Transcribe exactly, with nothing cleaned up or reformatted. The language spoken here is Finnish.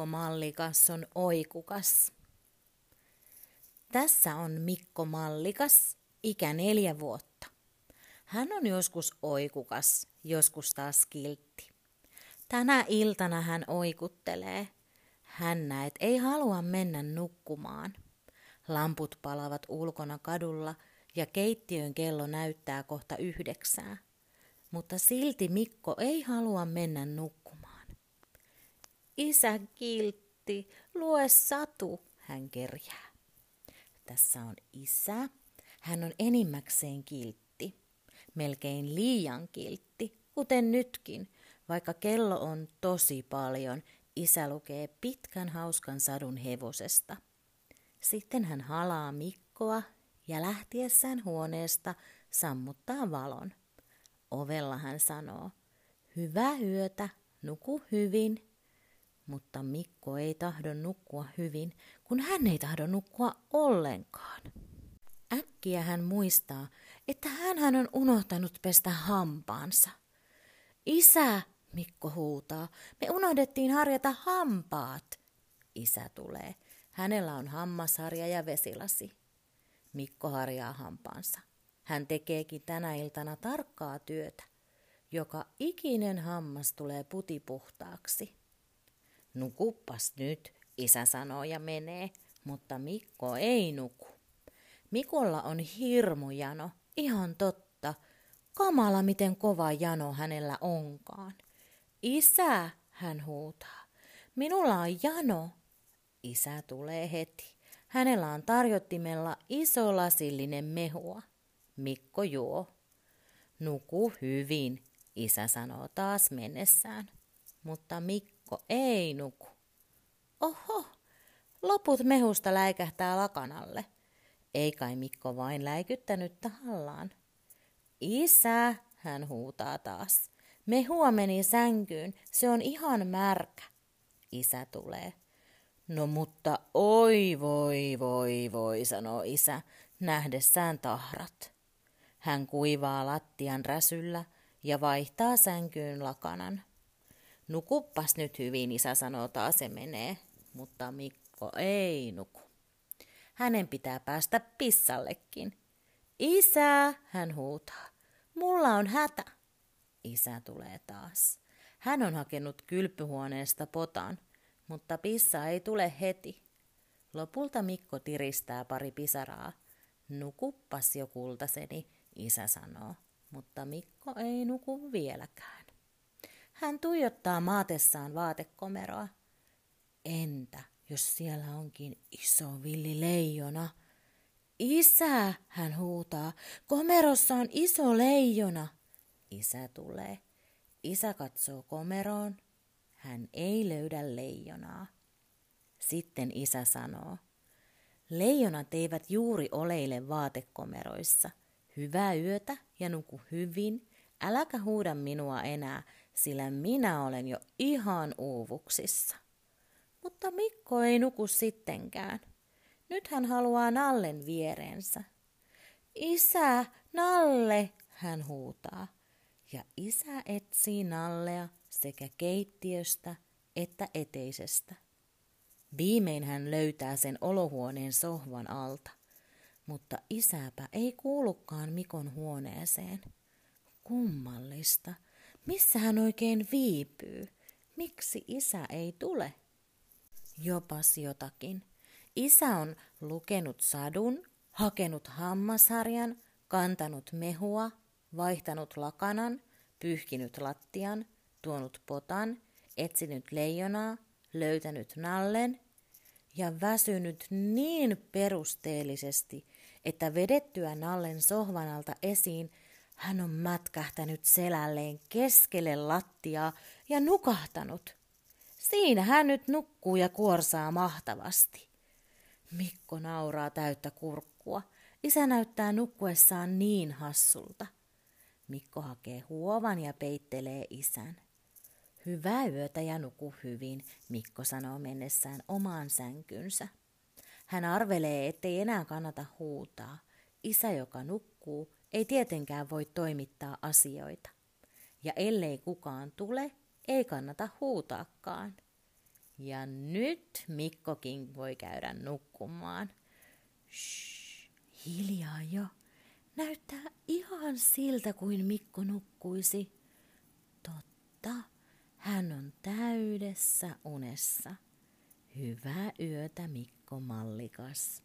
Mikko Mallikas on oikukas. Tässä on Mikko Mallikas, ikä neljä vuotta. Hän on joskus oikukas, joskus taas kiltti. Tänä iltana hän oikuttelee. Hän näet ei halua mennä nukkumaan. Lamput palavat ulkona kadulla ja keittiön kello näyttää kohta yhdeksää. Mutta silti Mikko ei halua mennä nukkumaan. Isä kiltti, lue satu, hän kerjää. Tässä on isä. Hän on enimmäkseen kiltti. Melkein liian kiltti, kuten nytkin. Vaikka kello on tosi paljon, isä lukee pitkän hauskan sadun hevosesta. Sitten hän halaa Mikkoa ja lähtiessään huoneesta sammuttaa valon. Ovella hän sanoo, hyvää yötä, nuku hyvin. Mutta Mikko ei tahdo nukkua hyvin, kun hän ei tahdo nukkua ollenkaan. Äkkiä hän muistaa, että hänhän on unohtanut pestä hampaansa. Isä, Mikko huutaa, me unohdettiin harjata hampaat. Isä tulee. Hänellä on hammasharja ja vesilasi. Mikko harjaa hampaansa. Hän tekeekin tänä iltana tarkkaa työtä. Joka ikinen hammas tulee putipuhtaaksi. Nukuppas nyt, isä sanoo ja menee, mutta Mikko ei nuku. Mikolla on hirmu jano, ihan totta. Kamala, miten kova jano hänellä onkaan. Isä, hän huutaa, minulla on jano. Isä tulee heti. Hänellä on tarjottimella iso lasillinen mehua. Mikko juo. Nuku hyvin, isä sanoo taas mennessään. Mutta Mikko ei nuku. Oho, loput mehusta läikähtää lakanalle. Ei kai Mikko vain läikyttänyt tahallaan. Isä, hän huutaa taas. Mehua meni sänkyyn, se on ihan märkä. Isä tulee. No mutta oi voi voi voi, sanoo isä, nähdessään tahrat. Hän kuivaa lattian räsyllä ja vaihtaa sänkyyn lakanan. Nukuppas nyt hyvin, isä sanoo taas se menee, mutta Mikko ei nuku. Hänen pitää päästä pissallekin. Isä, hän huutaa, mulla on hätä. Isä tulee taas. Hän on hakenut kylpyhuoneesta potan, mutta pissa ei tule heti. Lopulta Mikko tiristää pari pisaraa. Nukuppas jo kultaseni, isä sanoo, mutta Mikko ei nuku vieläkään. Hän tuijottaa maatessaan vaatekomeroa. Entä jos siellä onkin iso villileijona? Isä, hän huutaa, komerossa on iso leijona. Isä tulee. Isä katsoo komeroon. Hän ei löydä leijonaa. Sitten isä sanoo, leijonat eivät juuri oleile vaatekomeroissa. Hyvää yötä ja nuku hyvin. Äläkä huuda minua enää, sillä minä olen jo ihan uuvuksissa. Mutta Mikko ei nuku sittenkään. Nyt hän haluaa Nallen viereensä. Isä, Nalle, hän huutaa. Ja isä etsii Nallea sekä keittiöstä että eteisestä. Viimein hän löytää sen olohuoneen sohvan alta, mutta isäpä ei kuulukaan Mikon huoneeseen. Kummallista. Missä hän oikein viipyy? Miksi isä ei tule? Jopas jotakin. Isä on lukenut sadun, hakenut hammasharjan, kantanut mehua, vaihtanut lakanan, pyyhkinyt lattian, tuonut potan, etsinyt leijonaa, löytänyt Nallen ja väsynyt niin perusteellisesti, että vedettyä Nallen sohvan alta esiin hän on mätkähtänyt selälleen keskelle lattiaa ja nukahtanut. Siinä hän nyt nukkuu ja kuorsaa mahtavasti. Mikko nauraa täyttä kurkkua. Isä näyttää nukkuessaan niin hassulta. Mikko hakee huovan ja peittelee isän. Hyvää yötä ja nuku hyvin, Mikko sanoo mennessään omaan sänkynsä. Hän arvelee, ettei enää kannata huutaa. Isä, joka nukkuu, ei tietenkään voi toimittaa asioita. Ja ellei kukaan tule, ei kannata huutaakaan. Ja nyt Mikkokin voi käydä nukkumaan. Shh, hiljaa jo. Näyttää ihan siltä kuin Mikko nukkuisi. Totta, hän on täydessä unessa. Hyvää yötä, Mikko Mallikas.